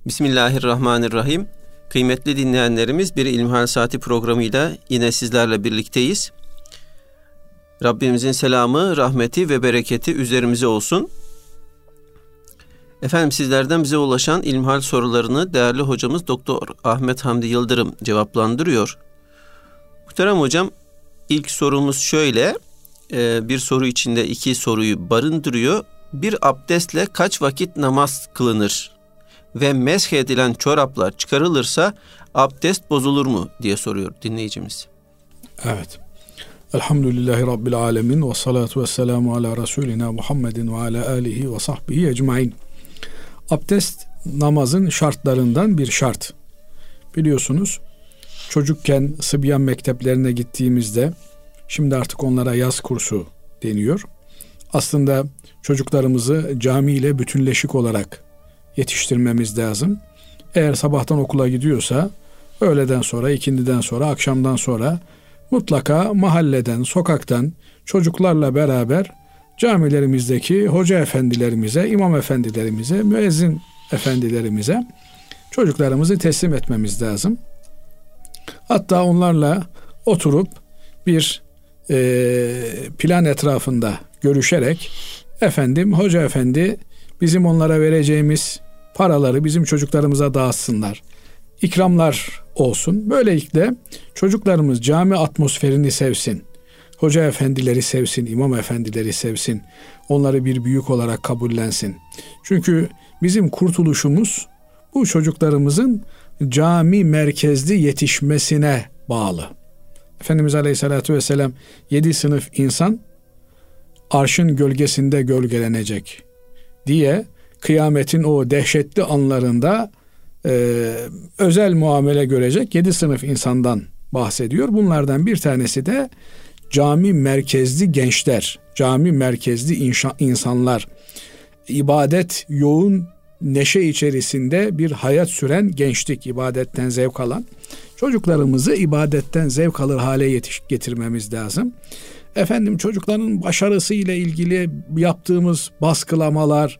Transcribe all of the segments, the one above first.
Bismillahirrahmanirrahim. Kıymetli dinleyenlerimiz, bir İlmihal Saati programıyla yine sizlerle birlikteyiz. Rabbimizin selamı, rahmeti ve bereketi üzerimize olsun. Efendim, sizlerden bize ulaşan İlmihal sorularını değerli hocamız Doktor Ahmet Hamdi Yıldırım cevaplandırıyor. Muhterem hocam, ilk sorumuz şöyle, bir soru içinde iki soruyu barındırıyor. Bir abdestle kaç vakit namaz kılınır ve mesh edilen çoraplar çıkarılırsa abdest bozulur mu diye soruyor dinleyicimiz. Evet. Elhamdülillahi Rabbil alemin ve salatu ve selamu ala Resulina Muhammedin ve ala alihi ve sahbihi ecmain. Abdest namazın şartlarından bir şart. Biliyorsunuz, çocukken Sıbyan mekteplerine gittiğimizde, şimdi artık onlara yaz kursu deniyor. Aslında çocuklarımızı camiyle bütünleşik olarak yetiştirmemiz lazım. Eğer sabahtan okula gidiyorsa, öğleden sonra, ikindiden sonra, akşamdan sonra mutlaka mahalleden, sokaktan çocuklarla beraber camilerimizdeki hoca efendilerimize, imam efendilerimize, müezzin efendilerimize çocuklarımızı teslim etmemiz lazım. Hatta onlarla oturup bir plan etrafında görüşerek, efendim, hoca efendi bizim onlara vereceğimiz paraları bizim çocuklarımıza dağıtsınlar, İkramlar olsun. Böylelikle çocuklarımız cami atmosferini sevsin, hoca efendileri sevsin, imam efendileri sevsin, onları bir büyük olarak kabullensin. Çünkü bizim kurtuluşumuz bu çocuklarımızın cami merkezli yetişmesine bağlı. Efendimiz Aleyhisselatü Vesselam 7 sınıf insan arşın gölgesinde gölgelenecek diye kıyametin o dehşetli anlarında özel muamele görecek 7 sınıf insandan bahsediyor. Bunlardan bir tanesi de cami merkezli gençler, cami merkezli insanlar, ibadet yoğun neşe içerisinde bir hayat süren gençlik, ibadetten zevk alan çocuklarımızı ibadetten zevk alır hale getirmemiz lazım. Efendim, çocukların başarısı ile ilgili yaptığımız baskılamalar,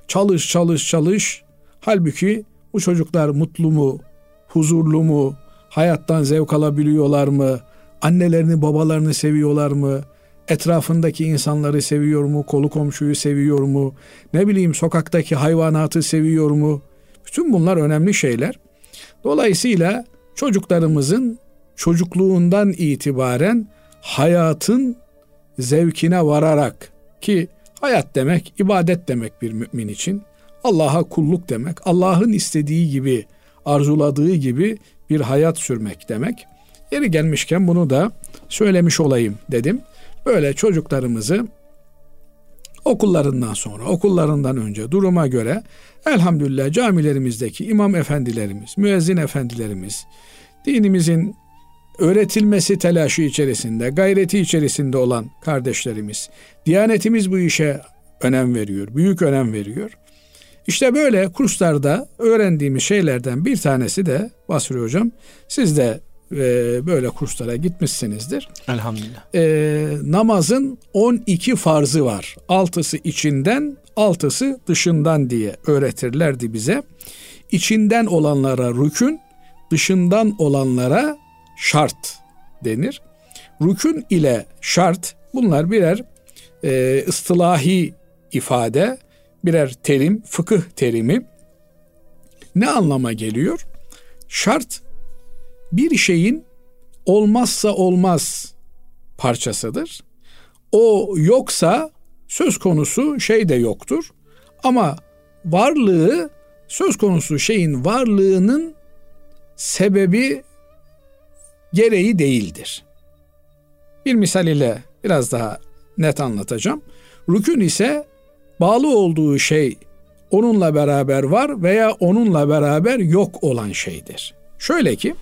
çalış. Halbuki bu çocuklar mutlu mu, huzurlu mu, hayattan zevk alabiliyorlar mı, annelerini babalarını seviyorlar mı, etrafındaki insanları seviyor mu, kolu komşuyu seviyor mu, ne bileyim sokaktaki hayvanatı seviyor mu? Bütün bunlar önemli şeyler. Dolayısıyla çocuklarımızın çocukluğundan itibaren hayatın zevkine vararak, ki hayat demek ibadet demek bir mümin için, Allah'a kulluk demek, Allah'ın istediği gibi, arzuladığı gibi bir hayat sürmek demek. Yeri gelmişken bunu da söylemiş olayım dedim. Böyle çocuklarımızı okullarından sonra, okullarından önce duruma göre elhamdülillah camilerimizdeki imam efendilerimiz, müezzin efendilerimiz, dinimizin öğretilmesi telaşı içerisinde, gayreti içerisinde olan kardeşlerimiz, Diyanetimiz bu işe önem veriyor, büyük önem veriyor. İşte böyle kurslarda öğrendiğimiz şeylerden bir tanesi de Basri Hocam, siz de böyle kurslara gitmişsinizdir. Elhamdülillah. Namazın 12 farzı var. 6'sı içinden, 6'sı dışından diye öğretirlerdi bize. İçinden olanlara rükün, dışından olanlara şart denir. Rükün ile şart, bunlar birer ıstılahi ifade, birer terim, fıkıh terimi. Ne anlama geliyor? Şart, bir şeyin olmazsa olmaz parçasıdır. O yoksa söz konusu şey de yoktur. Ama varlığı, söz konusu şeyin varlığının sebebi gereği değildir. Bir misal ile biraz daha net anlatacağım. Rükün ise bağlı olduğu şey onunla beraber var veya onunla beraber yok olan şeydir. Şöyle ki,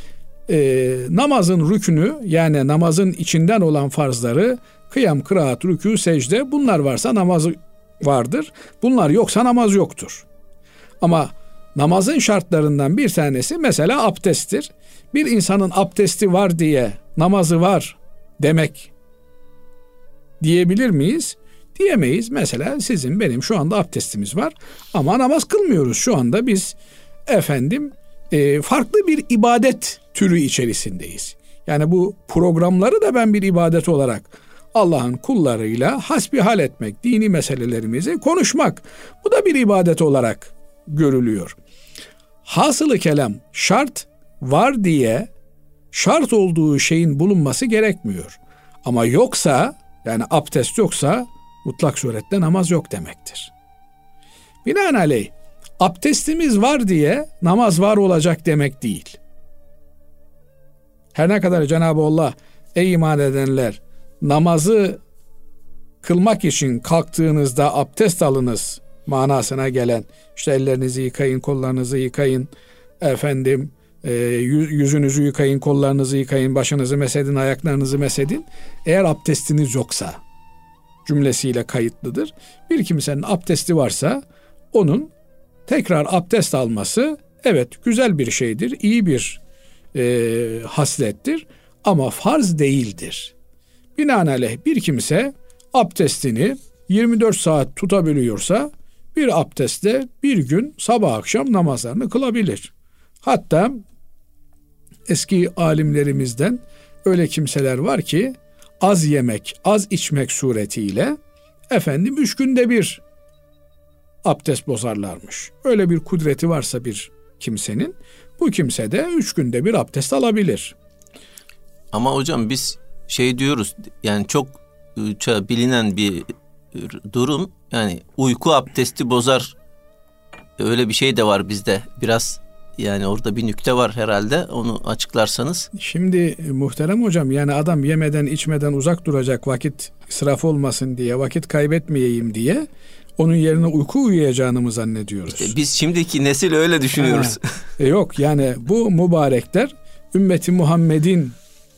namazın rükünü, yani namazın içinden olan farzları, kıyam, kıraat, rükû, secde, bunlar varsa namaz vardır. Bunlar yoksa namaz yoktur. Ama namazın şartlarından bir tanesi mesela abdesttir. Bir insanın abdesti var diye namazı var demek diyebilir miyiz? Diyemeyiz. Mesela sizin, benim şu anda abdestimiz var ama namaz kılmıyoruz. Şu anda biz Farklı bir ibadet türü içerisindeyiz. Yani bu programları da ben bir ibadet olarak Allah'ın kullarıyla hasbihal etmek, dini meselelerimizi konuşmak, bu da bir ibadet olarak görülüyor. Hasılı kelam, şart var diye şart olduğu şeyin bulunması gerekmiyor. Ama yoksa, yani abdest yoksa mutlak surette namaz yok demektir. Binaenaleyh abdestimiz var diye namaz var olacak demek değil. Her ne kadar Cenab-ı Allah ey iman edenler namazı kılmak için kalktığınızda abdest alınız manasına gelen, işte ellerinizi yıkayın, kollarınızı yıkayın, yüzünüzü yıkayın, kollarınızı yıkayın, başınızı mesedin, ayaklarınızı mesedin. Eğer abdestiniz yoksa cümlesiyle kayıtlıdır. Bir kimsenin abdesti varsa onun tekrar abdest alması evet güzel bir şeydir, iyi bir haslettir ama farz değildir. Binaenaleyh bir kimse abdestini 24 saat tutabiliyorsa bir abdestle bir gün sabah akşam namazlarını kılabilir. Hatta eski alimlerimizden öyle kimseler var ki az yemek, az içmek suretiyle 3 günde bir abdest bozarlarmış. Öyle bir kudreti varsa bir kimsenin, bu kimse de 3 günde bir abdest alabilir. Ama hocam biz diyoruz, yani çok bilinen bir durum, yani uyku abdesti bozar, öyle bir şey de var bizde biraz, yani orada bir nükte var herhalde, onu açıklarsanız. Şimdi muhterem hocam, yani adam yemeden içmeden uzak duracak, vakit israf olmasın diye, vakit kaybetmeyeyim diye onun yerine uyku uyuyacağını mı zannediyoruz? İşte biz şimdiki nesil öyle düşünüyoruz. Yok, yani bu mübarekler ümmeti Muhammed'in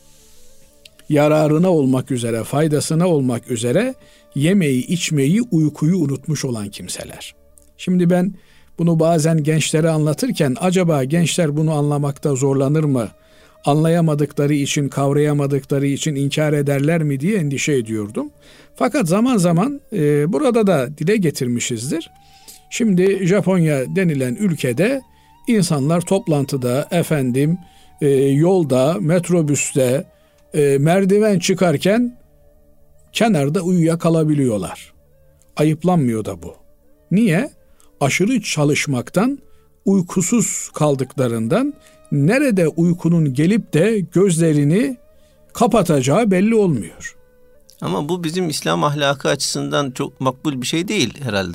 yararına olmak üzere, faydasına olmak üzere yemeği, içmeyi, uykuyu unutmuş olan kimseler. Şimdi ben bunu bazen gençlere anlatırken acaba gençler bunu anlamakta zorlanır mı? Anlayamadıkları için, kavrayamadıkları için inkar ederler mi diye endişe ediyordum. Fakat zaman zaman burada da dile getirmişizdir. Şimdi Japonya denilen ülkede insanlar toplantıda, yolda, metrobüste, merdiven çıkarken kenarda uyuyakalabiliyorlar. Ayıplanmıyor da bu. Niye? Aşırı çalışmaktan, uykusuz kaldıklarından nerede uykunun gelip de gözlerini kapatacağı belli olmuyor. Ama bu bizim İslam ahlakı açısından çok makbul bir şey değil herhalde.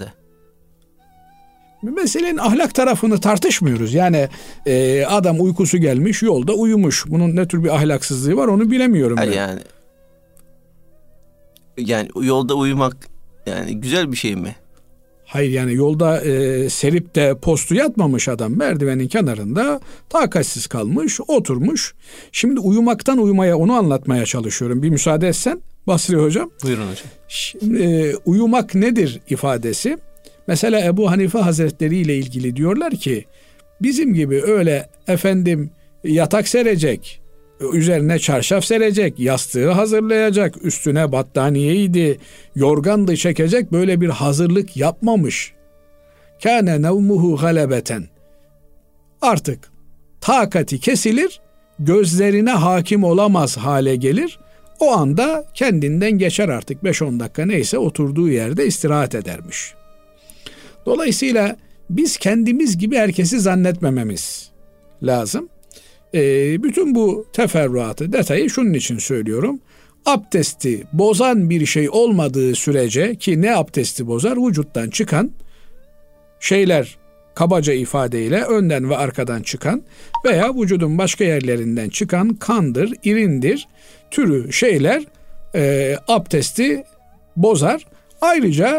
Meselenin ahlak tarafını tartışmıyoruz. Yani adam uykusu gelmiş, yolda uyumuş. Bunun ne tür bir ahlaksızlığı var onu bilemiyorum ben. Yani yolda uyumak yani güzel bir şey mi? Hayır, yani yolda serip de postu yatmamış adam, merdivenin kenarında takatsiz kalmış, oturmuş. Şimdi uyumaktan uyumaya, onu anlatmaya çalışıyorum. Bir müsaade etsen Basri hocam. Buyurun hocam. Şimdi uyumak nedir ifadesi? Mesela Ebu Hanife Hazretleri ile ilgili diyorlar ki bizim gibi öyle yatak serecek, üzerine çarşaf serecek, yastığı hazırlayacak, üstüne battaniyeydi, yorgandı çekecek böyle bir hazırlık yapmamış. Kâne nevmuhu galebeten. Artık takati kesilir, gözlerine hakim olamaz hale gelir. O anda kendinden geçer, artık 5-10 dakika neyse oturduğu yerde istirahat edermiş. Dolayısıyla biz kendimiz gibi herkesi zannetmememiz lazım. Bütün bu teferruatı, detayı şunun için söylüyorum. Abdesti bozan bir şey olmadığı sürece, ki ne abdesti bozar? Vücuttan çıkan şeyler, kabaca ifadeyle önden ve arkadan çıkan veya vücudun başka yerlerinden çıkan kandır, irindir türü şeyler abdesti bozar. Ayrıca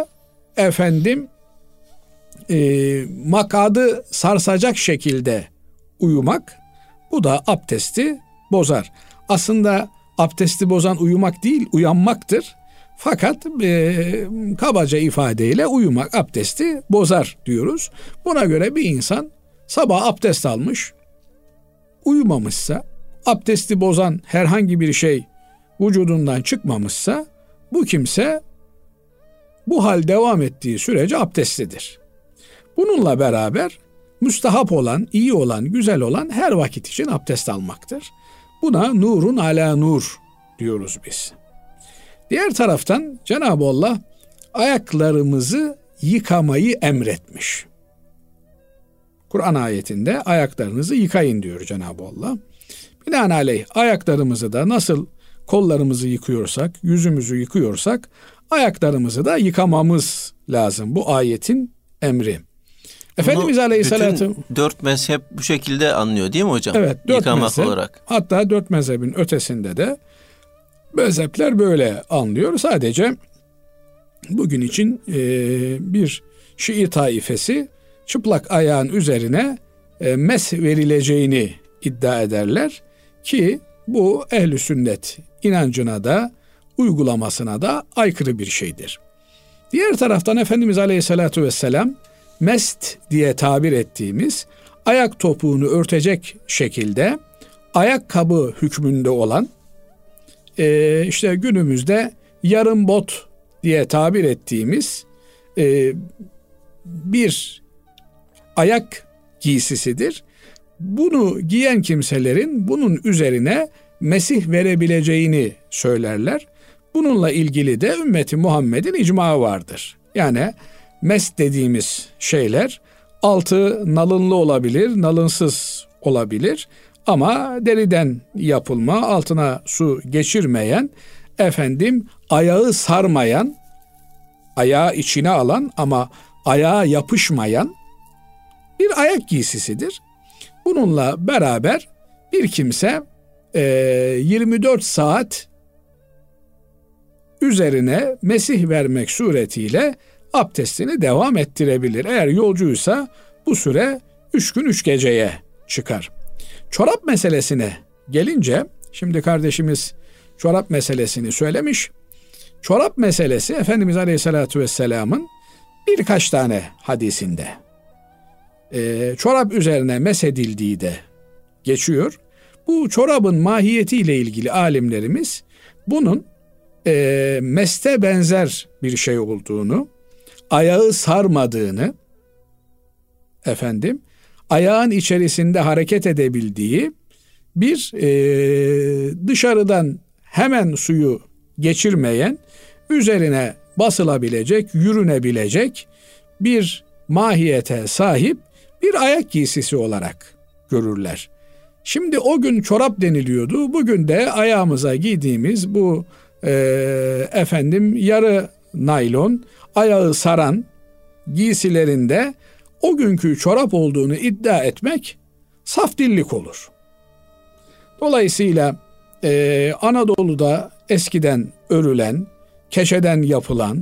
makadı sarsacak şekilde uyumak, bu da abdesti bozar. Aslında abdesti bozan uyumak değil, uyanmaktır. Fakat kabaca ifadeyle uyumak abdesti bozar diyoruz. Buna göre bir insan sabah abdest almış, uyumamışsa, abdesti bozan herhangi bir şey vücudundan çıkmamışsa, bu kimse bu hal devam ettiği sürece abdestlidir. Bununla beraber müstahap olan, iyi olan, güzel olan her vakit için abdest almaktır. Buna nurun ala nur diyoruz biz. Diğer taraftan Cenab-ı Allah ayaklarımızı yıkamayı emretmiş. Kur'an ayetinde ayaklarınızı yıkayın diyor Cenab-ı Allah. Binaenaleyh ayaklarımızı da nasıl kollarımızı yıkıyorsak, yüzümüzü yıkıyorsak ayaklarımızı da yıkamamız lazım. Bu ayetin emri. Efendimiz Aleyhisselatü... Bütün 4 mezhep bu şekilde anlıyor değil mi hocam? Evet, 4 Yıkamak mezhep, olarak. hatta 4 mezhebin ötesinde de mezhepler böyle anlıyor. Sadece bugün için bir Şii taifesi çıplak ayağın üzerine mes verileceğini iddia ederler ki bu ehl-i sünnet inancına da uygulamasına da aykırı bir şeydir. Diğer taraftan Efendimiz Aleyhisselatü Vesselam mest diye tabir ettiğimiz ayak topuğunu örtecek şekilde ayakkabı hükmünde olan işte günümüzde yarım bot diye tabir ettiğimiz bir ayak giysisidir. Bunu giyen kimselerin bunun üzerine mesih verebileceğini söylerler. Bununla ilgili de ümmeti Muhammed'in icmağı vardır. Yani mes dediğimiz şeyler altı nalınlı olabilir, nalınsız olabilir ama deriden yapılma, altına su geçirmeyen, ayağı sarmayan, ayağı içine alan ama ayağa yapışmayan bir ayak giysisidir. Bununla beraber bir kimse 24 saat üzerine mesih vermek suretiyle abdestini devam ettirebilir. Eğer yolcuysa bu süre 3 gün 3 geceye çıkar. Çorap meselesine gelince, şimdi kardeşimiz çorap meselesini söylemiş. Çorap meselesi Efendimiz Aleyhisselatü Vesselam'ın birkaç tane hadisinde çorap üzerine mesedildiği de geçiyor. Bu çorabın mahiyetiyle ilgili alimlerimiz bunun meste benzer bir şey olduğunu, ayağı sarmadığını, ayağın içerisinde hareket edebildiği bir dışarıdan hemen suyu geçirmeyen, üzerine basılabilecek, yürünebilecek bir mahiyete sahip bir ayak giysisi olarak görürler. Şimdi o gün çorap deniliyordu. Bugün de ayağımıza giydiğimiz bu yarı naylon, ayağı saran giysilerinde o günkü çorap olduğunu iddia etmek saf dillik olur. Dolayısıyla Anadolu'da eskiden örülen, keçeden yapılan,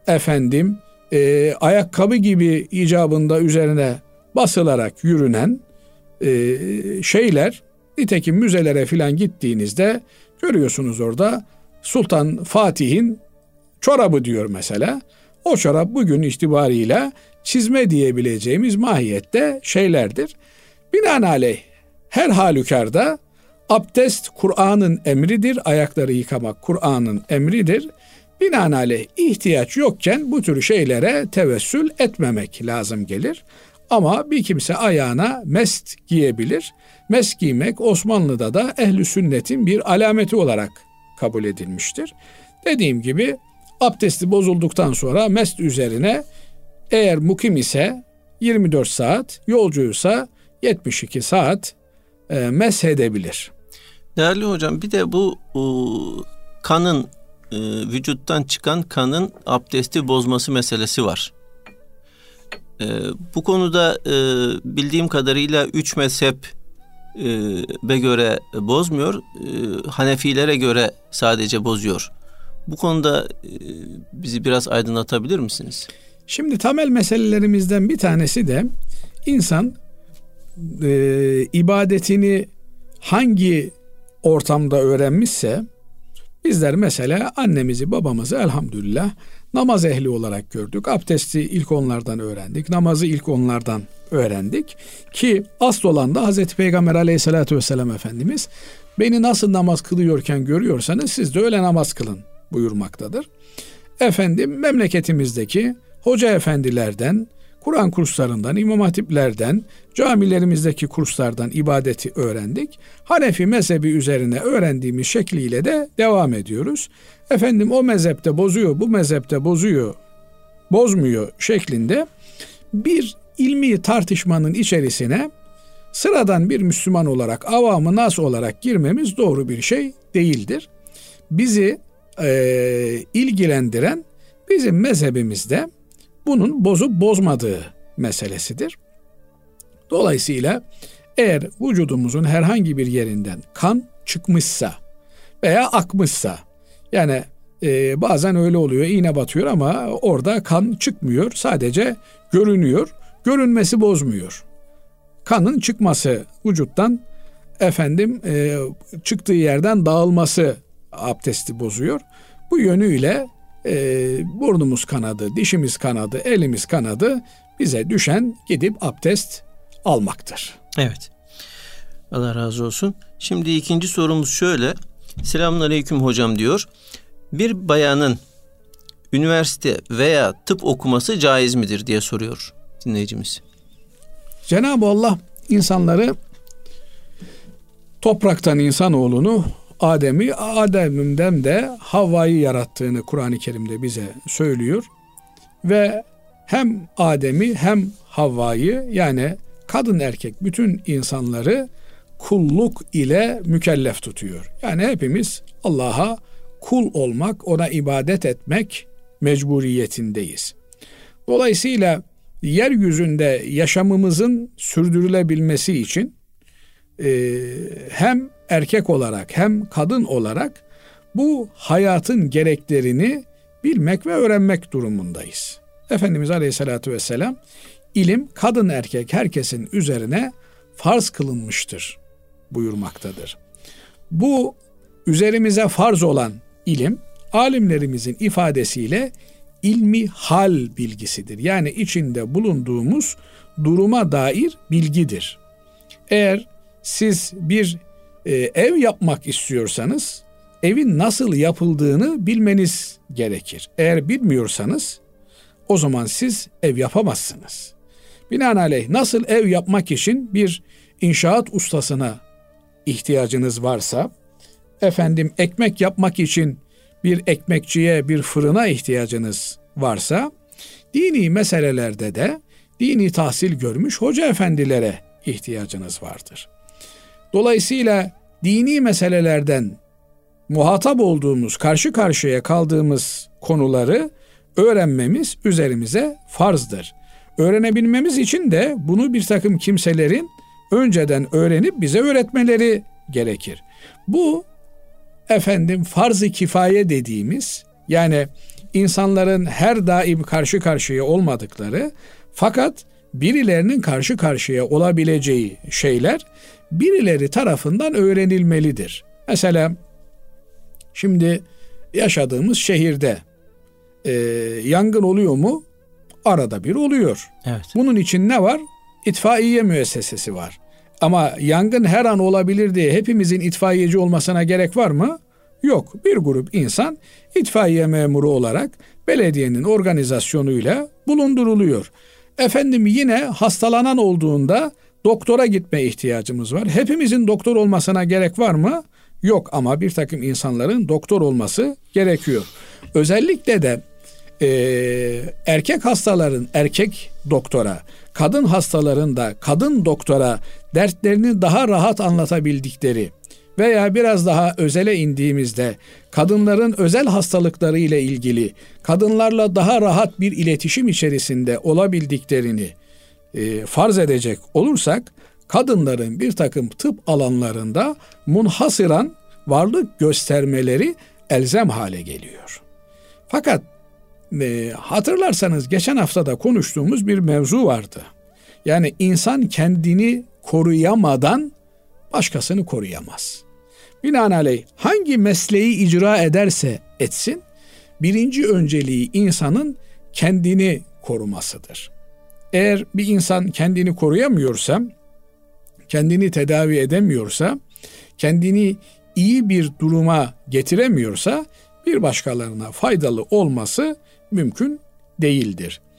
ayakkabı gibi icabında üzerine basılarak yürünen şeyler, nitekim müzelere filan gittiğinizde görüyorsunuz orada Sultan Fatih'in çorabı diyor mesela. O çorap bugün itibariyle çizme diyebileceğimiz mahiyette şeylerdir. Binaenaleyh her halükarda abdest Kur'an'ın emridir. Ayakları yıkamak Kur'an'ın emridir. Binaenaleyh ihtiyaç yokken bu tür şeylere tevessül etmemek lazım gelir. Ama bir kimse ayağına mest giyebilir. Mest giymek Osmanlı'da da ehl-i sünnetin bir alameti olarak kabul edilmiştir. Dediğim gibi abdesti bozulduktan sonra mest üzerine eğer mukim ise 24 saat, yolcuysa 72 saat meshedebilir. Değerli hocam, bir de bu kanın vücuttan çıkan kanın abdesti bozması meselesi var. Bu konuda bildiğim kadarıyla 3 mezhebe göre bozmuyor, Hanefilere göre sadece bozuyor. Bu konuda bizi biraz aydınlatabilir misiniz? Şimdi temel meselelerimizden bir tanesi de insan ibadetini hangi ortamda öğrenmişse, bizler mesela annemizi babamızı elhamdülillah namaz ehli olarak gördük. Abdesti ilk onlardan öğrendik. Namazı ilk onlardan öğrendik. Ki asıl olan da Hazreti Peygamber Aleyhisselatü Vesselam Efendimiz beni nasıl namaz kılıyorken görüyorsanız siz de öyle namaz kılın buyurmaktadır. Memleketimizdeki hoca efendilerden, Kur'an kurslarından, imam hatiplerden, camilerimizdeki kurslardan ibadeti öğrendik. Hanefi mezhebi üzerine öğrendiğimiz şekliyle de devam ediyoruz. Efendim o mezhepte bozuyor, bu mezhepte bozuyor, bozmuyor şeklinde bir ilmi tartışmanın içerisine sıradan bir Müslüman olarak, avam-ı nas olarak girmemiz doğru bir şey değildir. Bizi ilgilendiren bizim mezhebimizde bunun bozup bozmadığı meselesidir. Dolayısıyla eğer vücudumuzun herhangi bir yerinden kan çıkmışsa veya akmışsa, yani bazen öyle oluyor, iğne batıyor ama orada kan çıkmıyor, sadece görünüyor. Görünmesi bozmuyor. Kanın çıkması vücuttan, çıktığı yerden dağılması abdesti bozuyor. Bu yönüyle burnumuz kanadı, dişimiz kanadı, elimiz kanadı, bize düşen gidip abdest almaktır. Evet. Allah razı olsun. Şimdi ikinci sorumuz şöyle. Selamünaleyküm hocam diyor. Bir bayanın üniversite veya tıp okuması caiz midir diye soruyor dinleyicimiz. Cenab-ı Allah insanları, topraktan insanoğlunu, Adem'den de Havva'yı yarattığını Kur'an-ı Kerim'de bize söylüyor. Ve hem Adem'i hem Havva'yı, yani kadın erkek bütün insanları kulluk ile mükellef tutuyor. Yani hepimiz Allah'a kul olmak, ona ibadet etmek mecburiyetindeyiz. Dolayısıyla yeryüzünde yaşamımızın sürdürülebilmesi için hem erkek olarak hem kadın olarak bu hayatın gereklerini bilmek ve öğrenmek durumundayız. Efendimiz Aleyhisselatü Vesselam, ilim kadın erkek herkesin üzerine farz kılınmıştır buyurmaktadır. Bu üzerimize farz olan ilim, alimlerimizin ifadesiyle ilmi hal bilgisidir. Yani içinde bulunduğumuz duruma dair bilgidir. Eğer siz bir ev yapmak istiyorsanız, evin nasıl yapıldığını bilmeniz gerekir. Eğer bilmiyorsanız, o zaman siz ev yapamazsınız. Binaenaleyh nasıl ev yapmak için bir inşaat ustasına ihtiyacınız varsa, ekmek yapmak için bir ekmekçiye, bir fırına ihtiyacınız varsa, dini meselelerde de dini tahsil görmüş hoca efendilere ihtiyacınız vardır. Dolayısıyla dini meselelerden muhatap olduğumuz, karşı karşıya kaldığımız konuları öğrenmemiz üzerimize farzdır. Öğrenebilmemiz için de bunu bir takım kimselerin önceden öğrenip bize öğretmeleri gerekir. Bu farz-ı kifaye dediğimiz, yani insanların her daim karşı karşıya olmadıkları fakat birilerinin karşı karşıya olabileceği şeyler birileri tarafından öğrenilmelidir. Mesela şimdi yaşadığımız şehirde yangın oluyor mu? Arada bir oluyor. Evet. Bunun için ne var? İtfaiye müessesesi var. Ama yangın her an olabilir diye hepimizin itfaiyeci olmasına gerek var mı? Yok. Bir grup insan itfaiye memuru olarak belediyenin organizasyonuyla bulunduruluyor. Yine hastalanan olduğunda doktora gitme ihtiyacımız var. Hepimizin doktor olmasına gerek var mı? Yok, ama bir takım insanların doktor olması gerekiyor. Özellikle de erkek hastaların erkek doktora, kadın hastaların da kadın doktora dertlerini daha rahat anlatabildikleri veya biraz daha özele indiğimizde kadınların özel hastalıkları ile ilgili kadınlarla daha rahat bir iletişim içerisinde olabildiklerini farz edecek olursak, kadınların bir takım tıp alanlarında munhasıran varlık göstermeleri elzem hale geliyor. Fakat hatırlarsanız geçen haftada konuştuğumuz bir mevzu vardı. Yani insan kendini koruyamadan başkasını koruyamaz. Binaenaleyh hangi mesleği icra ederse etsin, birinci önceliği insanın kendini korumasıdır. Eğer bir insan kendini koruyamıyorsa, kendini tedavi edemiyorsa, kendini iyi bir duruma getiremiyorsa, bir başkalarına faydalı olması mümkün değildir.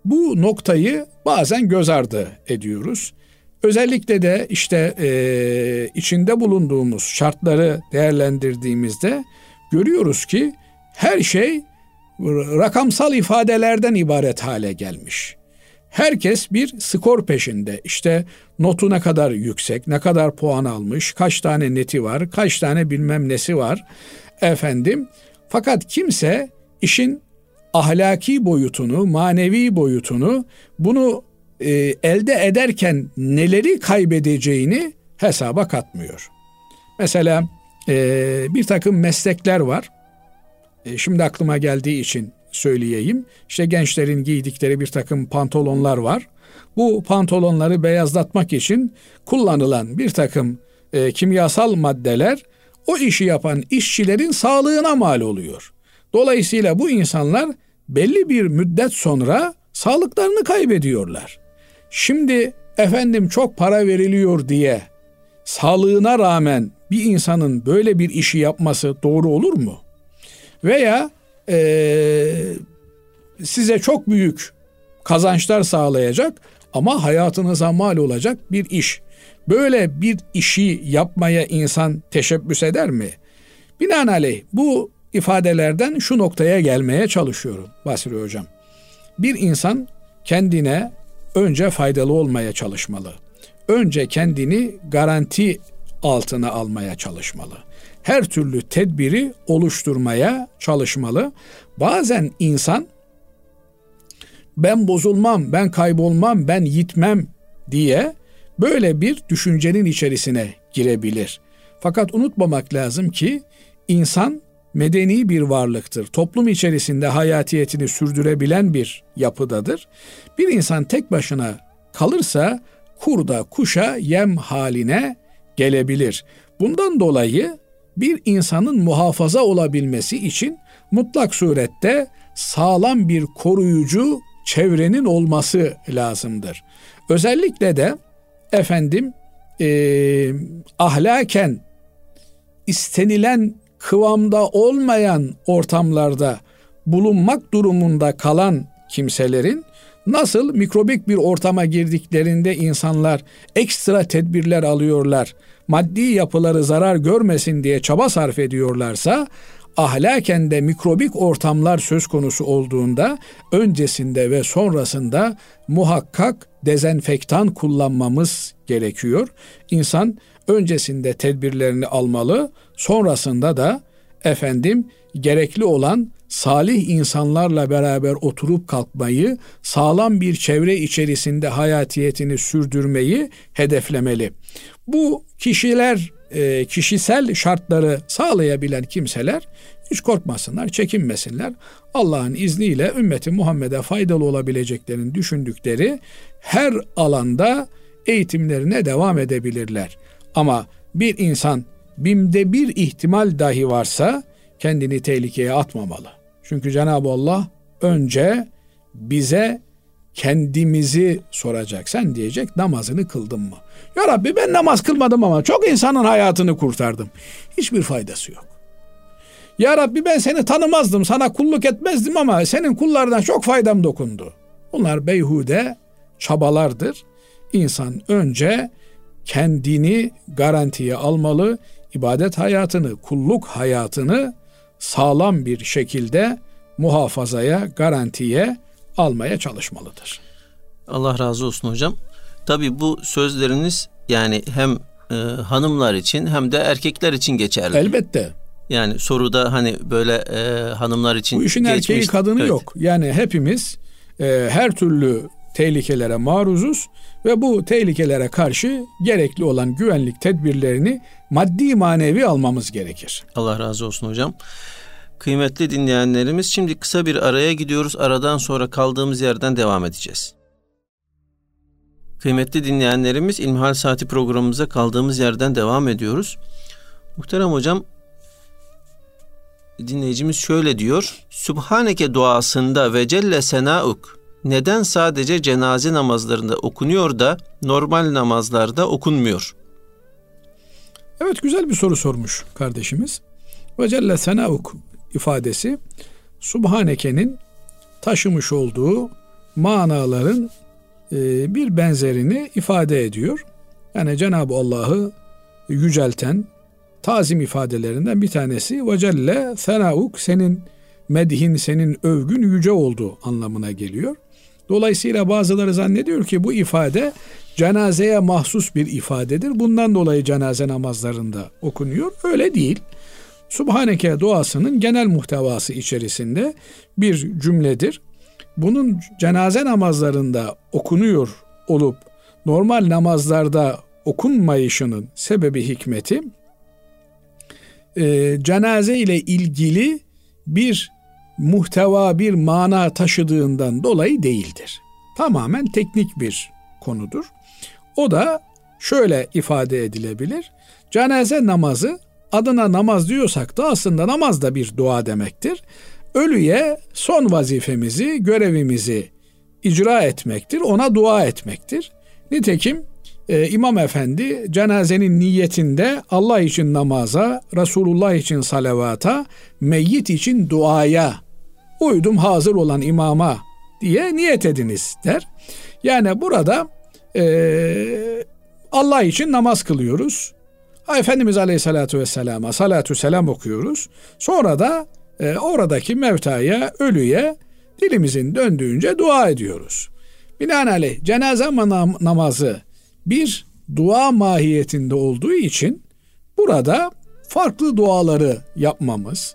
Bu noktayı bazen göz ardı ediyoruz. Özellikle de işte içinde bulunduğumuz şartları değerlendirdiğimizde görüyoruz ki her şey rakamsal ifadelerden ibaret hale gelmiş. Herkes bir skor peşinde. İşte notu ne kadar yüksek, ne kadar puan almış, kaç tane neti var, kaç tane bilmem nesi var efendim. Fakat kimse işin ahlaki boyutunu, manevi boyutunu, bunu elde ederken neleri kaybedeceğini hesaba katmıyor. Mesela bir takım meslekler var. Şimdi aklıma geldiği için söyleyeyim. İşte gençlerin giydikleri bir takım pantolonlar var. Bu pantolonları beyazlatmak için kullanılan bir takım kimyasal maddeler o işi yapan işçilerin sağlığına mal oluyor. Dolayısıyla bu insanlar belli bir müddet sonra sağlıklarını kaybediyorlar. Şimdi efendim çok para veriliyor diye sağlığına rağmen bir insanın böyle bir işi yapması doğru olur mu? Veya size çok büyük kazançlar sağlayacak ama hayatınıza mal olacak bir iş. Böyle bir işi yapmaya insan teşebbüs eder mi? Binaenaleyh bu ifadelerden şu noktaya gelmeye çalışıyorum Basri Hocam. Bir insan kendine önce faydalı olmaya çalışmalı. Önce kendini garanti altına almaya çalışmalı. Her türlü tedbiri oluşturmaya çalışmalı. Bazen insan ben bozulmam, ben kaybolmam, ben yitmem diye böyle bir düşüncenin içerisine girebilir. Fakat unutmamak lazım ki insan medeni bir varlıktır. Toplum içerisinde hayatiyetini sürdürebilen bir yapıdadır. Bir insan tek başına kalırsa kurda kuşa yem haline gelebilir. Bundan dolayı bir insanın muhafaza olabilmesi için mutlak surette sağlam bir koruyucu çevrenin olması lazımdır. Özellikle de efendim ahlaken istenilen kıvamda olmayan ortamlarda bulunmak durumunda kalan kimselerin nasıl mikrobik bir ortama girdiklerinde insanlar ekstra tedbirler alıyorlar, maddi yapıları zarar görmesin diye çaba sarf ediyorlarsa, ahlaken de mikrobik ortamlar söz konusu olduğunda öncesinde ve sonrasında muhakkak dezenfektan kullanmamız gerekiyor. İnsan öncesinde tedbirlerini almalı, sonrasında da efendim gerekli olan salih insanlarla beraber oturup kalkmayı, sağlam bir çevre içerisinde hayatiyetini sürdürmeyi hedeflemeli. Bu kişiler, kişisel şartları sağlayabilen kimseler hiç korkmasınlar, çekinmesinler. Allah'ın izniyle ümmeti Muhammed'e faydalı olabileceklerini düşündükleri her alanda eğitimlerine devam edebilirler. Ama bir insan binde bir ihtimal dahi varsa kendini tehlikeye atmamalı. Çünkü Cenab-ı Allah önce bize kendimizi soracak. Sen diyecek namazını kıldın mı? Ya Rabbi ben namaz kılmadım ama çok insanın hayatını kurtardım. Hiçbir faydası yok. Ya Rabbi ben seni tanımazdım, sana kulluk etmezdim ama senin kullardan çok faydam dokundu. Bunlar beyhude çabalardır. İnsan önce kendini garantiye almalı, ibadet hayatını, kulluk hayatını sağlam bir şekilde muhafazaya, garantiye almaya çalışmalıdır. Allah razı olsun hocam. Tabii bu sözleriniz yani hem hanımlar için hem de erkekler için geçerli. Elbette. Yani soruda hani böyle hanımlar için bu işin geçmiş. Erkeği kadını evet. yok. Yani hepimiz her türlü tehlikelere maruzuz ve bu tehlikelere karşı gerekli olan güvenlik tedbirlerini maddi manevi almamız gerekir. Allah razı olsun hocam. Kıymetli dinleyenlerimiz, şimdi kısa bir araya gidiyoruz. Aradan sonra kaldığımız yerden devam edeceğiz. Kıymetli dinleyenlerimiz, İlmihal Saati programımıza kaldığımız yerden devam ediyoruz. Muhterem hocam, dinleyicimiz şöyle diyor. Sübhaneke duasında ve Celle Senauk neden sadece cenaze namazlarında okunuyor da normal namazlarda okunmuyor? Evet, güzel bir soru sormuş kardeşimiz. Ve Celle Senauk ifadesi Subhaneke'nin taşımış olduğu manaların bir benzerini ifade ediyor. Yani Cenab-ı Allah'ı yücelten tazim ifadelerinden bir tanesi ve celle senauk, senin medhin, senin övgün yüce oldu anlamına geliyor. Dolayısıyla bazıları zannediyor ki bu ifade cenazeye mahsus bir ifadedir. Bundan dolayı cenaze namazlarında okunuyor. Öyle değil. Subhaneke duasının genel muhtevası içerisinde bir cümledir. Bunun cenaze namazlarında okunuyor olup normal namazlarda okunmayışının sebebi, hikmeti cenaze ile ilgili bir muhteva, bir mana taşıdığından dolayı değildir. Tamamen teknik bir konudur. O da şöyle ifade edilebilir. Cenaze namazı, adına namaz diyorsak da aslında namaz da bir dua demektir. Ölüye son vazifemizi, görevimizi icra etmektir. Ona dua etmektir. Nitekim İmam Efendi cenazenin niyetinde Allah için namaza, Resulullah için salavata, meyyit için duaya, uydum hazır olan imama diye niyet ediniz der. Yani burada Allah için namaz kılıyoruz. Efendimiz Aleyhisselatü Vesselam'a salatü selam okuyoruz. Sonra da oradaki mevtaya, ölüye dilimizin döndüğünce dua ediyoruz. Binaenaleyh cenaze namazı bir dua mahiyetinde olduğu için burada farklı duaları yapmamız,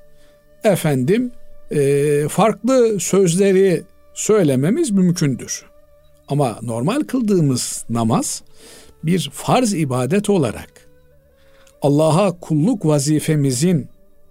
farklı sözleri söylememiz mümkündür. Ama normal kıldığımız namaz bir farz ibadet olarak Allah'a kulluk vazifemizin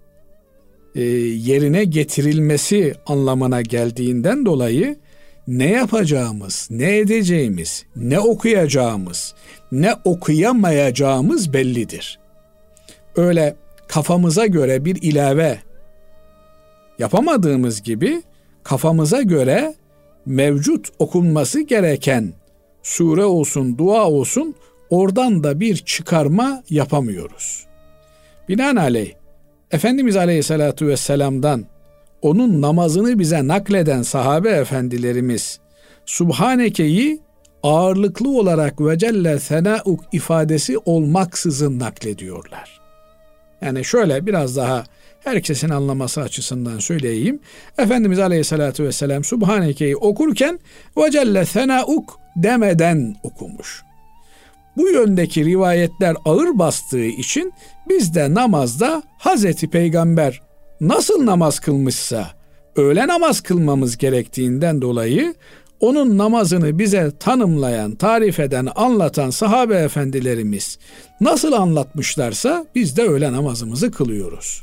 yerine getirilmesi anlamına geldiğinden dolayı ne yapacağımız, ne edeceğimiz, ne okuyacağımız, ne okuyamayacağımız bellidir. Öyle kafamıza göre bir ilave yapamadığımız gibi kafamıza göre mevcut okunması gereken sure olsun, dua olsun, oradan da bir çıkarma yapamıyoruz. Binaenaleyh Efendimiz Aleyhisselatü Vesselam'dan onun namazını bize nakleden sahabe efendilerimiz Subhaneke'yi ağırlıklı olarak ve celle senauk ifadesi olmaksızın naklediyorlar. Yani şöyle biraz daha herkesin anlaması açısından söyleyeyim. Efendimiz Aleyhisselatü Vesselam Subhaneke'yi okurken ve celle senauk demeden okumuş. Bu yöndeki rivayetler ağır bastığı için biz de namazda Hazreti Peygamber nasıl namaz kılmışsa öyle namaz kılmamız gerektiğinden dolayı onun namazını bize tanımlayan, tarif eden, anlatan sahabe efendilerimiz nasıl anlatmışlarsa biz de öyle namazımızı kılıyoruz.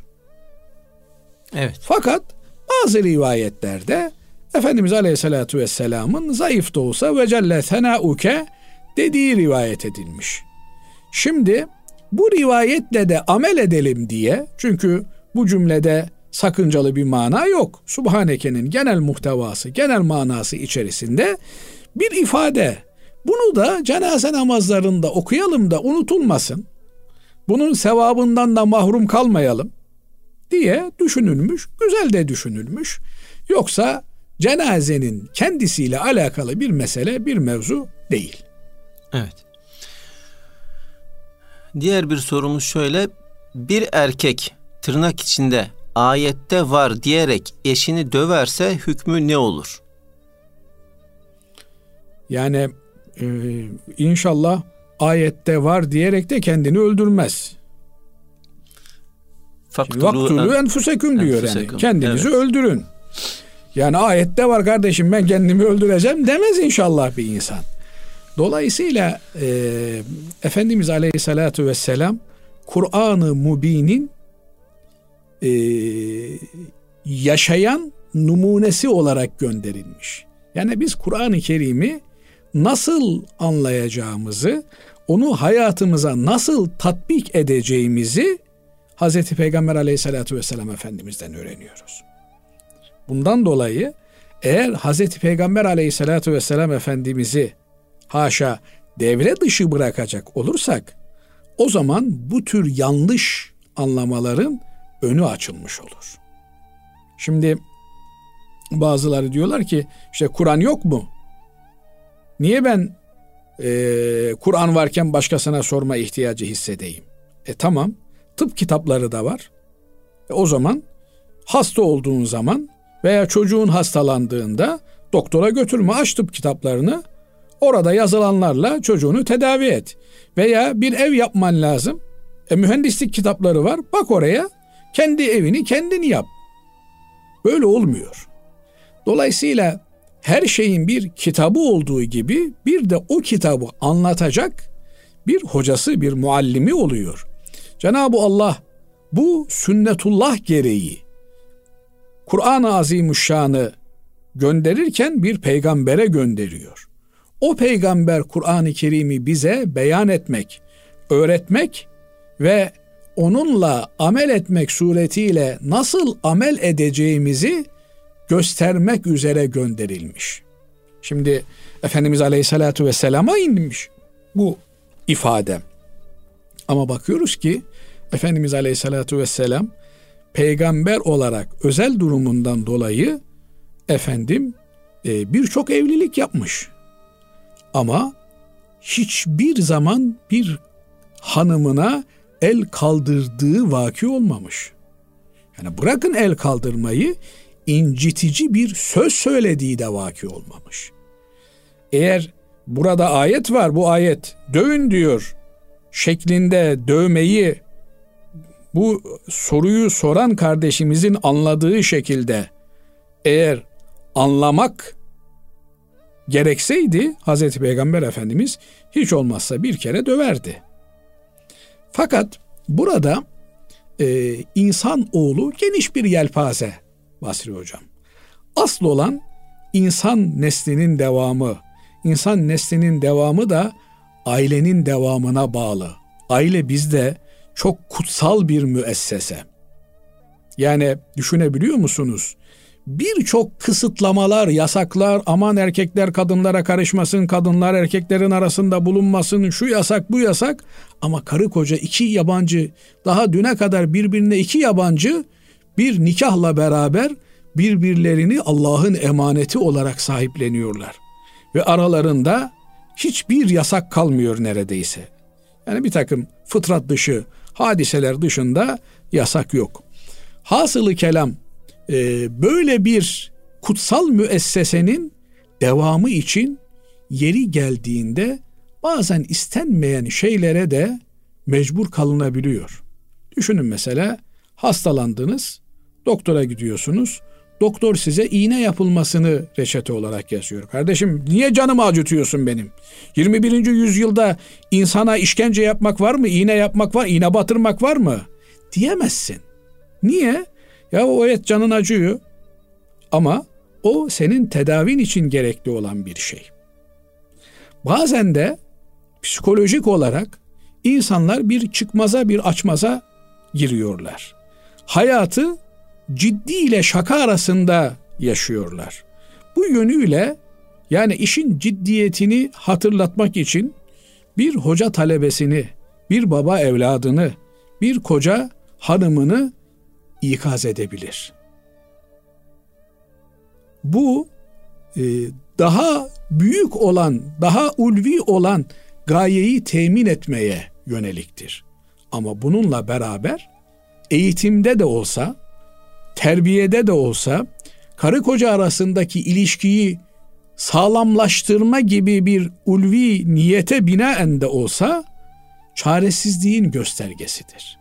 Evet. Fakat bazı rivayetlerde Efendimiz Aleyhisselatü Vesselam'ın zayıf da olsa ve celle senauke dediği rivayet edilmiş. Şimdi bu rivayetle de amel edelim diye, çünkü bu cümlede sakıncalı bir mana yok. Subhaneke'nin genel muhtevası, genel manası içerisinde bir ifade. Bunu da cenaze namazlarında okuyalım da unutulmasın. Bunun sevabından da mahrum kalmayalım diye düşünülmüş. Güzel de düşünülmüş. Yoksa cenazenin kendisiyle alakalı bir mesele, bir mevzu değil. Evet. Diğer bir sorumuz şöyle. Bir erkek tırnak içinde ayette var diyerek eşini döverse hükmü ne olur? Yani inşallah ayette var diyerek de kendini öldürmez. Vaktulu enfuseküm diyor yani. Kendinizi öldürün. Yani ayette var kardeşim ben kendimi öldüreceğim demez inşallah bir insan. Dolayısıyla Efendimiz Aleyhisselatü Vesselam Kur'an-ı Mubin'in yaşayan numunesi olarak gönderilmiş. Yani biz Kur'an-ı Kerim'i nasıl anlayacağımızı, onu hayatımıza nasıl tatbik edeceğimizi Hazreti Peygamber Aleyhisselatü Vesselam Efendimiz'den öğreniyoruz. Bundan dolayı eğer Hazreti Peygamber Aleyhisselatü Vesselam Efendimiz'i haşa devre dışı bırakacak olursak o zaman bu tür yanlış anlamaların önü açılmış olur. Şimdi bazıları diyorlar ki işte Kur'an yok mu? Niye ben Kur'an varken başkasına sorma ihtiyacı hissedeyim? Tamam, tıp kitapları da var. O zaman hasta olduğun zaman veya çocuğun hastalandığında doktora götürme, aç tıp kitaplarını, orada yazılanlarla çocuğunu tedavi et. Veya bir ev yapman lazım. Mühendislik kitapları var. Bak oraya, kendi evini kendin yap. Böyle olmuyor. Dolayısıyla her şeyin bir kitabı olduğu gibi bir de o kitabı anlatacak bir hocası, bir muallimi oluyor. Cenab-ı Allah bu sünnetullah gereği Kur'an-ı Azimüşşan'ı gönderirken bir peygambere gönderiyor. O peygamber Kur'an-ı Kerim'i bize beyan etmek, öğretmek ve onunla amel etmek suretiyle nasıl amel edeceğimizi göstermek üzere gönderilmiş. Şimdi Efendimiz Aleyhisselatü Vesselam'a inmiş bu ifade. Ama bakıyoruz ki Efendimiz Aleyhisselatü Vesselam peygamber olarak özel durumundan dolayı birçok evlilik yapmış. Ama hiçbir zaman bir hanımına el kaldırdığı vaki olmamış. Yani bırakın el kaldırmayı, incitici bir söz söylediği de vaki olmamış. Eğer burada ayet var, bu ayet dövün diyor şeklinde dövmeyi bu soruyu soran kardeşimizin anladığı şekilde eğer anlamak gerekseydi Hazreti Peygamber Efendimiz hiç olmazsa bir kere döverdi. Fakat burada insan oğlu geniş bir yelpaze Basri Hocam. Asıl olan insan neslinin devamı. İnsan neslinin devamı da ailenin devamına bağlı. Aile bizde çok kutsal bir müessese. Yani düşünebiliyor musunuz? Birçok kısıtlamalar, yasaklar, aman erkekler kadınlara karışmasın, kadınlar erkeklerin arasında bulunmasın, şu yasak, bu yasak. Ama karı koca iki yabancı, daha düne kadar birbirine iki yabancı bir nikahla beraber birbirlerini Allah'ın emaneti olarak sahipleniyorlar. Ve aralarında hiçbir yasak kalmıyor neredeyse. Yani bir takım fıtrat dışı hadiseler dışında yasak yok. Hasılı kelam, böyle bir kutsal müessesenin devamı için yeri geldiğinde bazen istenmeyen şeylere de mecbur kalınabiliyor. Düşünün mesela hastalandınız, doktora gidiyorsunuz. Doktor size iğne yapılmasını reçete olarak yazıyor. Kardeşim niye canımı acıtıyorsun benim? 21. yüzyılda insana işkence yapmak var mı? İğne yapmak var, iğne batırmak var mı? Diyemezsin. Niye? Ya o evet canın acıyor ama o senin tedavin için gerekli olan bir şey. Bazen de psikolojik olarak insanlar bir çıkmaza, bir açmaza giriyorlar. Hayatı ciddi ile şaka arasında yaşıyorlar. Bu yönüyle yani işin ciddiyetini hatırlatmak için bir hoca talebesini, bir baba evladını, bir koca hanımını ikaz edebilir. Bu daha büyük olan, daha ulvi olan gayeyi temin etmeye yöneliktir. Ama bununla beraber eğitimde de olsa, terbiyede de olsa, karı koca arasındaki ilişkiyi sağlamlaştırma gibi bir ulvi niyete binaen de olsa çaresizliğin göstergesidir.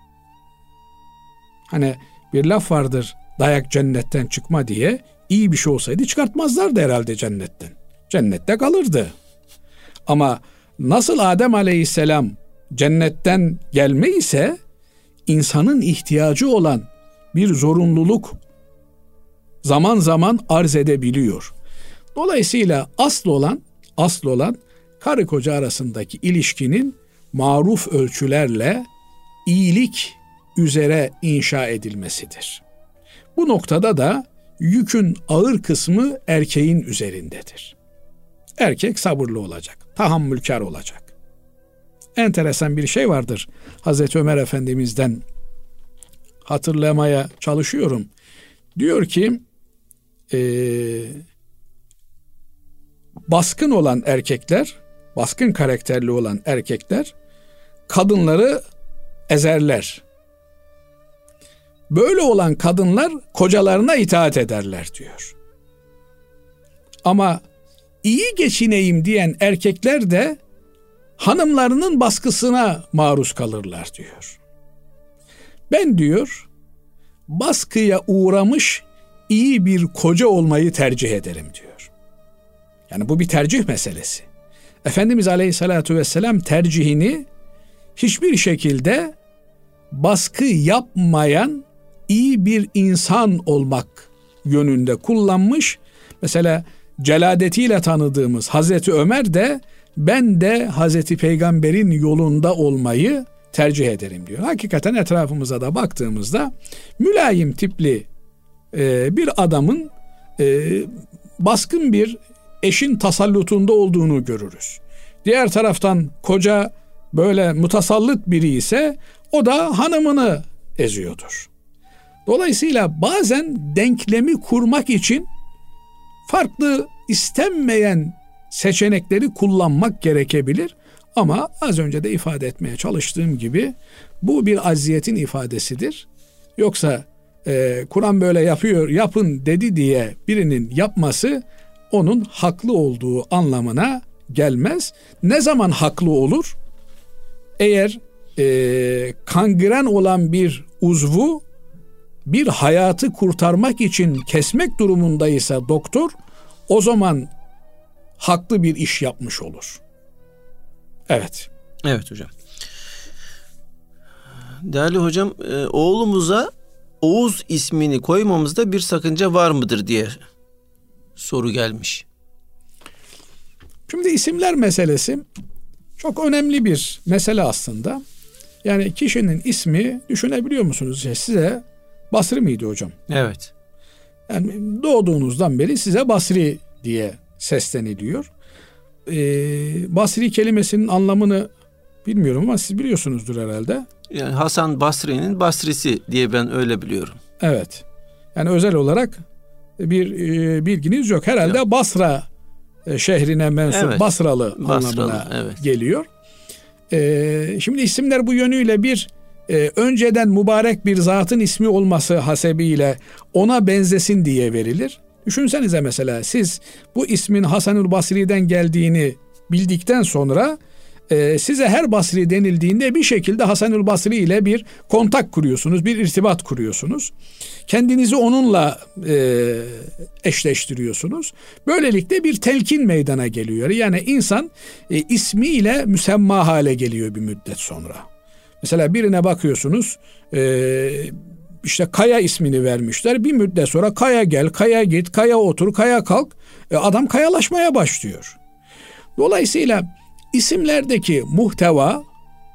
Hani bir laf vardır, dayak cennetten çıkma diye. İyi bir şey olsaydı çıkartmazlardı herhalde cennetten. Cennette kalırdı. Ama nasıl Adem Aleyhisselam cennetten gelme ise insanın ihtiyacı olan bir zorunluluk zaman zaman arz edebiliyor. Dolayısıyla asıl olan karı koca arasındaki ilişkinin maruf ölçülerle iyilik üzere inşa edilmesidir. Bu noktada da yükün ağır kısmı erkeğin üzerindedir. Erkek sabırlı olacak, tahammülkar olacak. Enteresan bir şey vardır. Hazreti Ömer Efendimiz'den hatırlamaya çalışıyorum. Diyor ki baskın olan erkekler, baskın karakterli olan erkekler kadınları ezerler. Böyle olan kadınlar kocalarına itaat ederler diyor. Ama iyi geçineyim diyen erkekler de hanımlarının baskısına maruz kalırlar diyor. Ben diyor, baskıya uğramış iyi bir koca olmayı tercih ederim diyor. Yani bu bir tercih meselesi. Efendimiz Aleyhisselatü Vesselam tercihini hiçbir şekilde baskı yapmayan iyi bir insan olmak yönünde kullanmış. Mesela celadetiyle tanıdığımız Hazreti Ömer de ben de Hazreti Peygamber'in yolunda olmayı tercih ederim diyor. Hakikaten etrafımıza da baktığımızda mülayim tipli bir adamın baskın bir eşin tasallutunda olduğunu görürüz. Diğer taraftan koca böyle mutasallıt biri ise o da hanımını eziyordur. Dolayısıyla bazen denklemi kurmak için farklı istenmeyen seçenekleri kullanmak gerekebilir. Ama az önce de ifade etmeye çalıştığım gibi bu bir aziyetin ifadesidir. Yoksa Kur'an böyle yapıyor, yapın dedi diye birinin yapması onun haklı olduğu anlamına gelmez. Ne zaman haklı olur? Eğer kangren olan bir uzvu bir hayatı kurtarmak için kesmek durumundaysa doktor, o zaman haklı bir iş yapmış olur. Evet. Evet hocam. Değerli hocam, oğlumuza Oğuz ismini koymamızda bir sakınca var mıdır diye soru gelmiş. Şimdi isimler meselesi çok önemli bir mesele aslında. Yani kişinin ismi, düşünebiliyor musunuz? Size Basri miydi hocam? Evet. Yani doğduğunuzdan beri size Basri diye sesleniliyor. Basri kelimesinin anlamını bilmiyorum ama siz biliyorsunuzdur herhalde. Yani Hasan Basri'nin Basrisi diye ben öyle biliyorum. Evet. Yani özel olarak bir bilginiz yok. Herhalde yok. Basra şehrine mensup, evet, Basralı anlamına geliyor. Şimdi isimler bu yönüyle bir önceden mübarek bir zatın ismi olması hasebiyle ona benzesin diye verilir. Düşünsenize mesela siz bu ismin Hasanül Basri'den geldiğini bildikten sonra size her Basri denildiğinde bir şekilde Hasanül Basri ile bir kontak kuruyorsunuz, bir irtibat kuruyorsunuz. Kendinizi onunla eşleştiriyorsunuz. Böylelikle bir telkin meydana geliyor. Yani insan ismiyle müsemma hale geliyor bir müddet sonra. Mesela birine bakıyorsunuz, işte Kaya ismini vermişler. Bir müddet sonra Kaya gel, Kaya git, Kaya otur, Kaya kalk. Adam kayalaşmaya başlıyor. Dolayısıyla isimlerdeki muhteva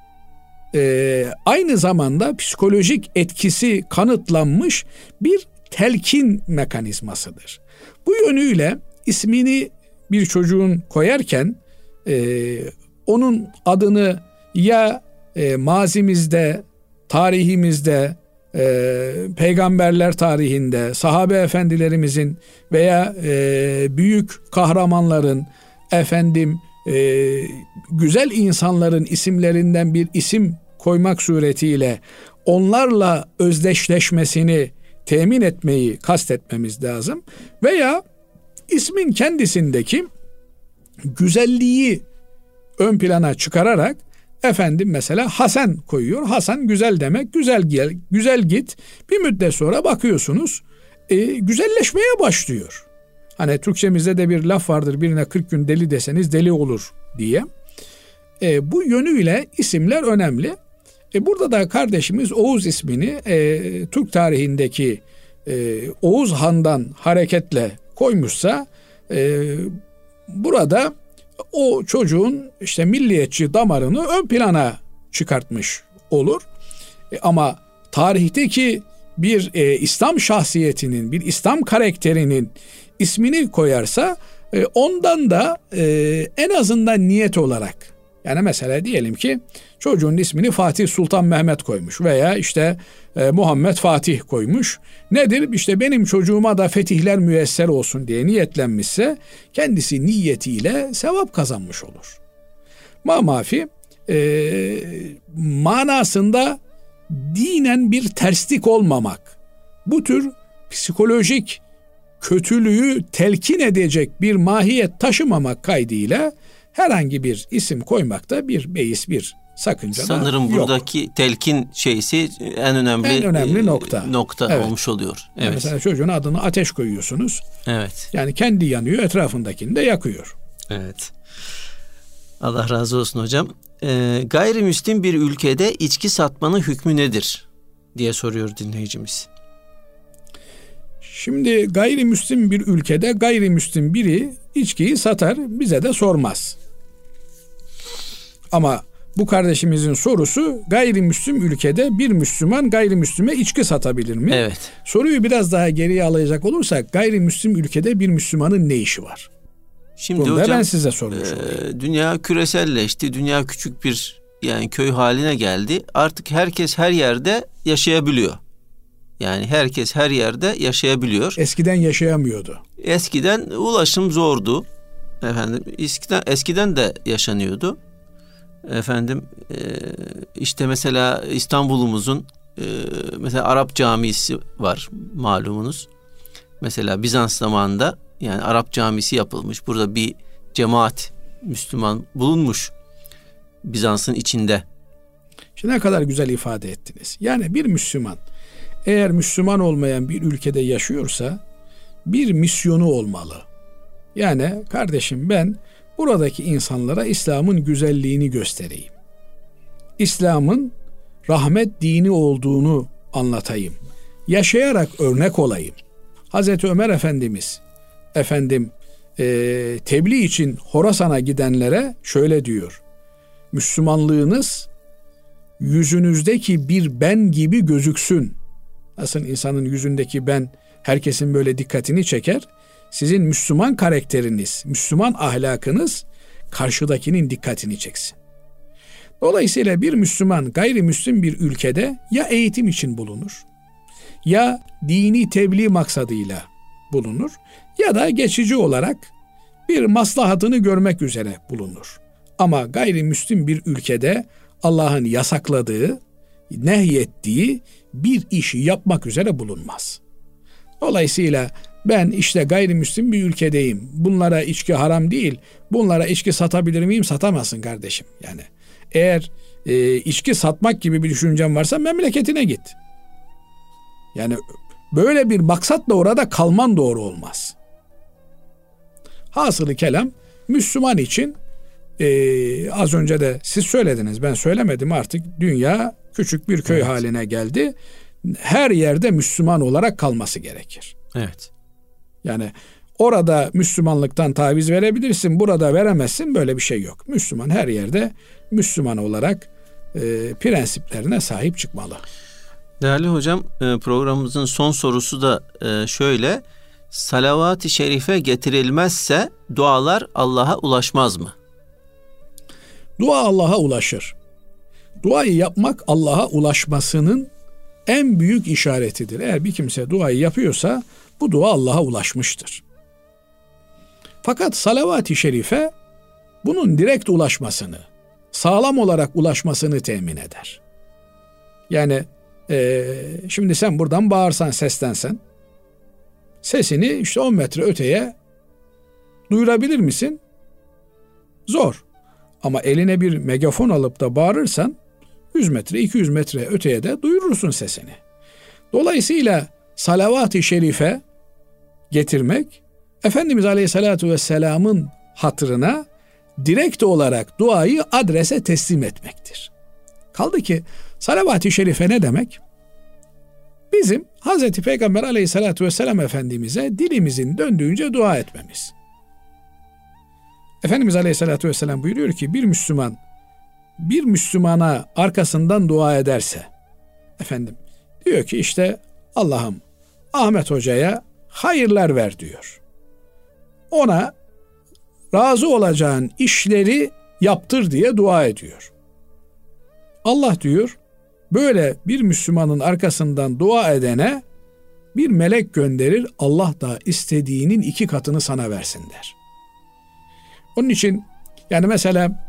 aynı zamanda psikolojik etkisi kanıtlanmış bir telkin mekanizmasıdır. Bu yönüyle ismini bir çocuğun koyarken onun adını ya mazimizde, tarihimizde, peygamberler tarihinde, sahabe efendilerimizin veya büyük kahramanların, güzel insanların isimlerinden bir isim koymak suretiyle onlarla özdeşleşmesini temin etmeyi kastetmemiz lazım. Veya ismin kendisindeki güzelliği ön plana çıkararak mesela Hasan koyuyor. Hasan güzel demek, güzel gel, güzel git. Bir müddet sonra bakıyorsunuz güzelleşmeye başlıyor. Hani Türkçemizde de bir laf vardır, birine 40 gün deli deseniz deli olur diye. Bu yönüyle isimler önemli. Burada da kardeşimiz Oğuz ismini Türk tarihindeki Oğuz Han'dan hareketle koymuşsa burada o çocuğun işte milliyetçi damarını ön plana çıkartmış olur. Ama tarihteki bir İslam şahsiyetinin, bir İslam karakterinin ismini koyarsa ondan da en azından niyet olarak Yani mesela diyelim ki çocuğun ismini Fatih Sultan Mehmet koymuş veya işte Muhammed Fatih koymuş. Nedir? İşte benim çocuğuma da fetihler müyesser olsun diye niyetlenmişse kendisi niyetiyle sevap kazanmış olur. Mamafi manasında dinen bir terslik olmamak, bu tür psikolojik kötülüğü telkin edecek bir mahiyet taşımamak kaydıyla herhangi bir isim koymakta bir sakınca sanırım yok. Buradaki telkin şeysi en önemli nokta evet. olmuş oluyor. Evet. Yani mesela çocuğun adını Ateş koyuyorsunuz. Evet. Yani kendi yanıyor, etrafındakini de yakıyor. Evet. Allah razı olsun hocam. Gayrimüslim bir ülkede içki satmanın hükmü nedir diye soruyor dinleyicimiz. Şimdi gayrimüslim bir ülkede gayrimüslim biri içkiyi satar, bize de sormaz. Ama bu kardeşimizin sorusu, gayrimüslim ülkede bir Müslüman gayrimüslime içki satabilir mi? Evet. Soruyu biraz daha geriye alacak olursak, gayrimüslim ülkede bir Müslümanın ne işi var? Şimdi bunu hocam, da ben size sormuş olayım. Dünya küreselleşti. Dünya küçük bir köy haline geldi. Artık herkes her yerde yaşayabiliyor. Yani herkes her yerde yaşayabiliyor. Eskiden yaşayamıyordu. Eskiden ulaşım zordu. Efendim eskiden de yaşanıyordu. Efendim işte mesela İstanbul'umuzun mesela Arap camisi var malumunuz. Mesela Bizans zamanında yani Arap camisi yapılmış. Burada bir cemaat Müslüman bulunmuş Bizans'ın içinde. Şimdi ne kadar güzel ifade ettiniz. Yani bir Müslüman eğer Müslüman olmayan bir ülkede yaşıyorsa bir misyonu olmalı. Yani kardeşim ben buradaki insanlara İslam'ın güzelliğini göstereyim. İslam'ın rahmet dini olduğunu anlatayım. Yaşayarak örnek olayım. Hazreti Ömer Efendimiz tebliğ için Horasan'a gidenlere şöyle diyor. Müslümanlığınız yüzünüzdeki bir ben gibi gözüksün. Nasıl insanın yüzündeki ben herkesin böyle dikkatini çeker. Sizin Müslüman karakteriniz, Müslüman ahlakınız karşıdakinin dikkatini çeksin. Dolayısıyla bir Müslüman gayrimüslim bir ülkede ya eğitim için bulunur, ya dini tebliğ maksadıyla bulunur ya da geçici olarak bir maslahatını görmek üzere bulunur. Ama gayrimüslim bir ülkede Allah'ın yasakladığı, nehyettiği bir işi yapmak üzere bulunmaz. Dolayısıyla ben işte gayrimüslim bir ülkedeyim. Bunlara içki haram değil. Bunlara içki satabilir miyim? Satamazsın kardeşim. Yani eğer içki satmak gibi bir düşüncen varsa memleketine git. Yani böyle bir maksatla orada kalman doğru olmaz. Hasılı kelam Müslüman için az önce de siz söylediniz, ben söylemedim, artık dünya küçük bir köy haline geldi. Her yerde Müslüman olarak kalması gerekir. Evet. Yani orada Müslümanlıktan taviz verebilirsin, burada veremezsin, böyle bir şey yok. Müslüman her yerde Müslüman olarak prensiplerine sahip çıkmalı. Değerli hocam, programımızın son sorusu da şöyle. Salavat-ı şerife getirilmezse dualar Allah'a ulaşmaz mı? Dua Allah'a ulaşır. Duayı yapmak Allah'a ulaşmasının en büyük işaretidir. Eğer bir kimse duayı yapıyorsa bu dua Allah'a ulaşmıştır. Fakat salavat-ı şerife bunun direkt ulaşmasını, sağlam olarak ulaşmasını temin eder. Yani şimdi sen buradan bağırsan, seslensen, sesini işte 10 metre öteye duyurabilir misin? Zor. Ama eline bir megafon alıp da bağırırsan 100 metre, 200 metre öteye de duyurursun sesini. Dolayısıyla salavat-ı şerife getirmek, Efendimiz Aleyhisselatü Vesselam'ın hatırına direkt olarak duayı adrese teslim etmektir. Kaldı ki salavat-ı şerife ne demek? Bizim Hazreti Peygamber Aleyhisselatü Vesselam Efendimiz'e dilimizin döndüğünce dua etmemiz. Efendimiz Aleyhisselatü Vesselam buyuruyor ki bir Müslüman bir Müslümana arkasından dua ederse, efendim diyor ki işte Allah'ım Ahmet Hoca'ya hayırlar ver diyor. Ona razı olacağın işleri yaptır diye dua ediyor. Allah diyor, böyle bir Müslümanın arkasından dua edene bir melek gönderir, Allah da istediğinin 2 katını sana versin der. Onun için yani mesela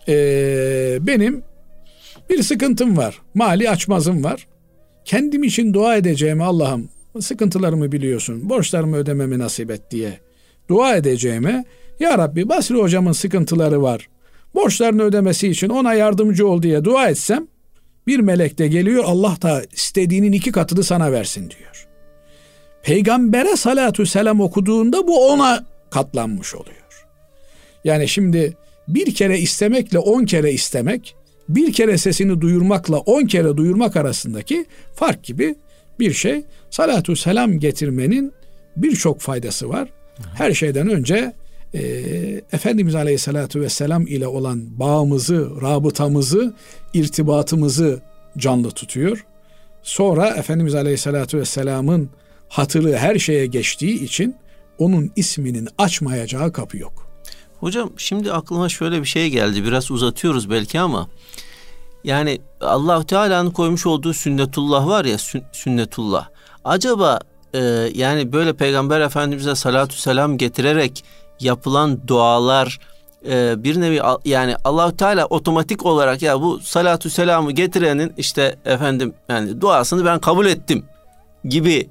benim bir sıkıntım var, mali açmazım var. Kendim için dua edeceğime, Allah'ım sıkıntılarımı biliyorsun, borçlarımı ödememi nasip et diye dua edeceğime, Ya Rabbi Basri hocamın sıkıntıları var, borçlarını ödemesi için ona yardımcı ol diye dua etsem, bir melek de geliyor, Allah da istediğinin 2 katını sana versin diyor. Peygambere salatü selam okuduğunda bu ona katlanmış oluyor. Yani şimdi bir kere istemekle 10 kere istemek, bir kere sesini duyurmakla 10 kere duyurmak arasındaki fark gibi bir şey. Salatü selam getirmenin birçok faydası var. Her şeyden önce Efendimiz Aleyhisselatü Vesselam ile olan bağımızı, rabıtamızı, irtibatımızı canlı tutuyor. Sonra Efendimiz Aleyhisselatü Vesselam'ın hatırı her şeye geçtiği için onun isminin açmayacağı kapı yok. Hocam şimdi aklıma şöyle bir şey geldi. Biraz uzatıyoruz belki ama yani Allah-u Teala'nın koymuş olduğu sünnetullah var ya, sünnetullah. Acaba yani böyle Peygamber Efendimiz'e salatü selam getirerek yapılan dualar bir nevi yani Allah-u Teala otomatik olarak ya bu salatü selamı getirenin işte efendim yani duasını ben kabul ettim gibi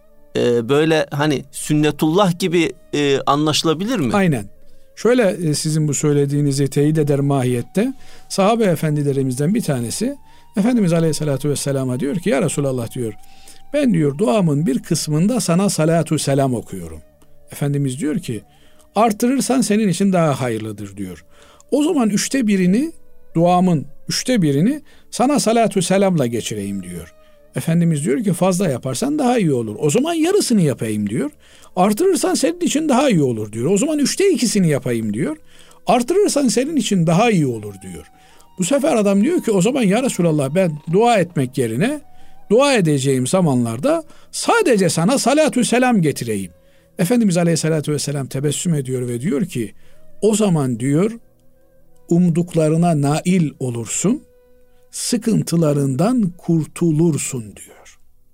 böyle hani sünnetullah gibi anlaşılabilir mi? Aynen. Şöyle sizin bu söylediğinizi teyit eder mahiyette. Sahabe efendilerimizden bir tanesi Efendimiz Aleyhisselatü Vesselam'a diyor ki, Ya Resulallah diyor, ben diyor duamın bir kısmında sana salatü selam okuyorum. Efendimiz diyor ki, artırırsan senin için daha hayırlıdır diyor. O zaman 1/3'ini, duamın 1/3'ini sana salatü selamla geçireyim diyor. Efendimiz diyor ki, fazla yaparsan daha iyi olur. O zaman yarısını yapayım diyor. Artırırsan senin için daha iyi olur diyor. O zaman 2/3'ünü yapayım diyor. Artırırsan senin için daha iyi olur diyor. Bu sefer adam diyor ki, o zaman ya Resulallah ben dua etmek yerine dua edeceğim zamanlarda sadece sana salatü selam getireyim. Efendimiz Aleyhisselatü Vesselam tebessüm ediyor ve diyor ki, o zaman diyor umduklarına nail olursun, sıkıntılarından kurtulursun diyor.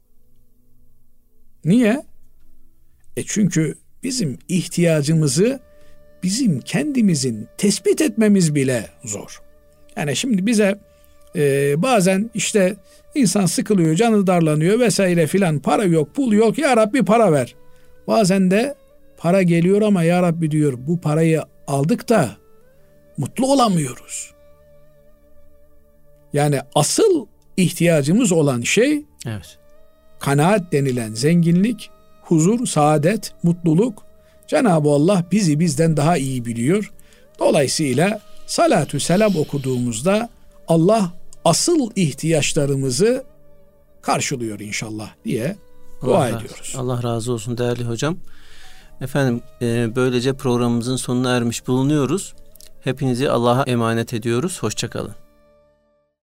Niye? Çünkü bizim ihtiyacımızı bizim kendimizin tespit etmemiz bile zor. Yani şimdi bize bazen işte insan sıkılıyor, canı darlanıyor vesaire filan, para yok, pul yok, Ya Rabbi para ver. Bazen de para geliyor ama Ya Rabbi diyor bu parayı aldık da mutlu olamıyoruz. Yani asıl ihtiyacımız olan şey kanaat denilen zenginlik, huzur, saadet, mutluluk. Cenab-ı Allah bizi bizden daha iyi biliyor. Dolayısıyla salatü selam okuduğumuzda Allah asıl ihtiyaçlarımızı karşılıyor inşallah diye dua ediyoruz. Allah razı olsun değerli hocam. Efendim böylece programımızın sonuna ermiş bulunuyoruz. Hepinizi Allah'a emanet ediyoruz. Hoşça kalın.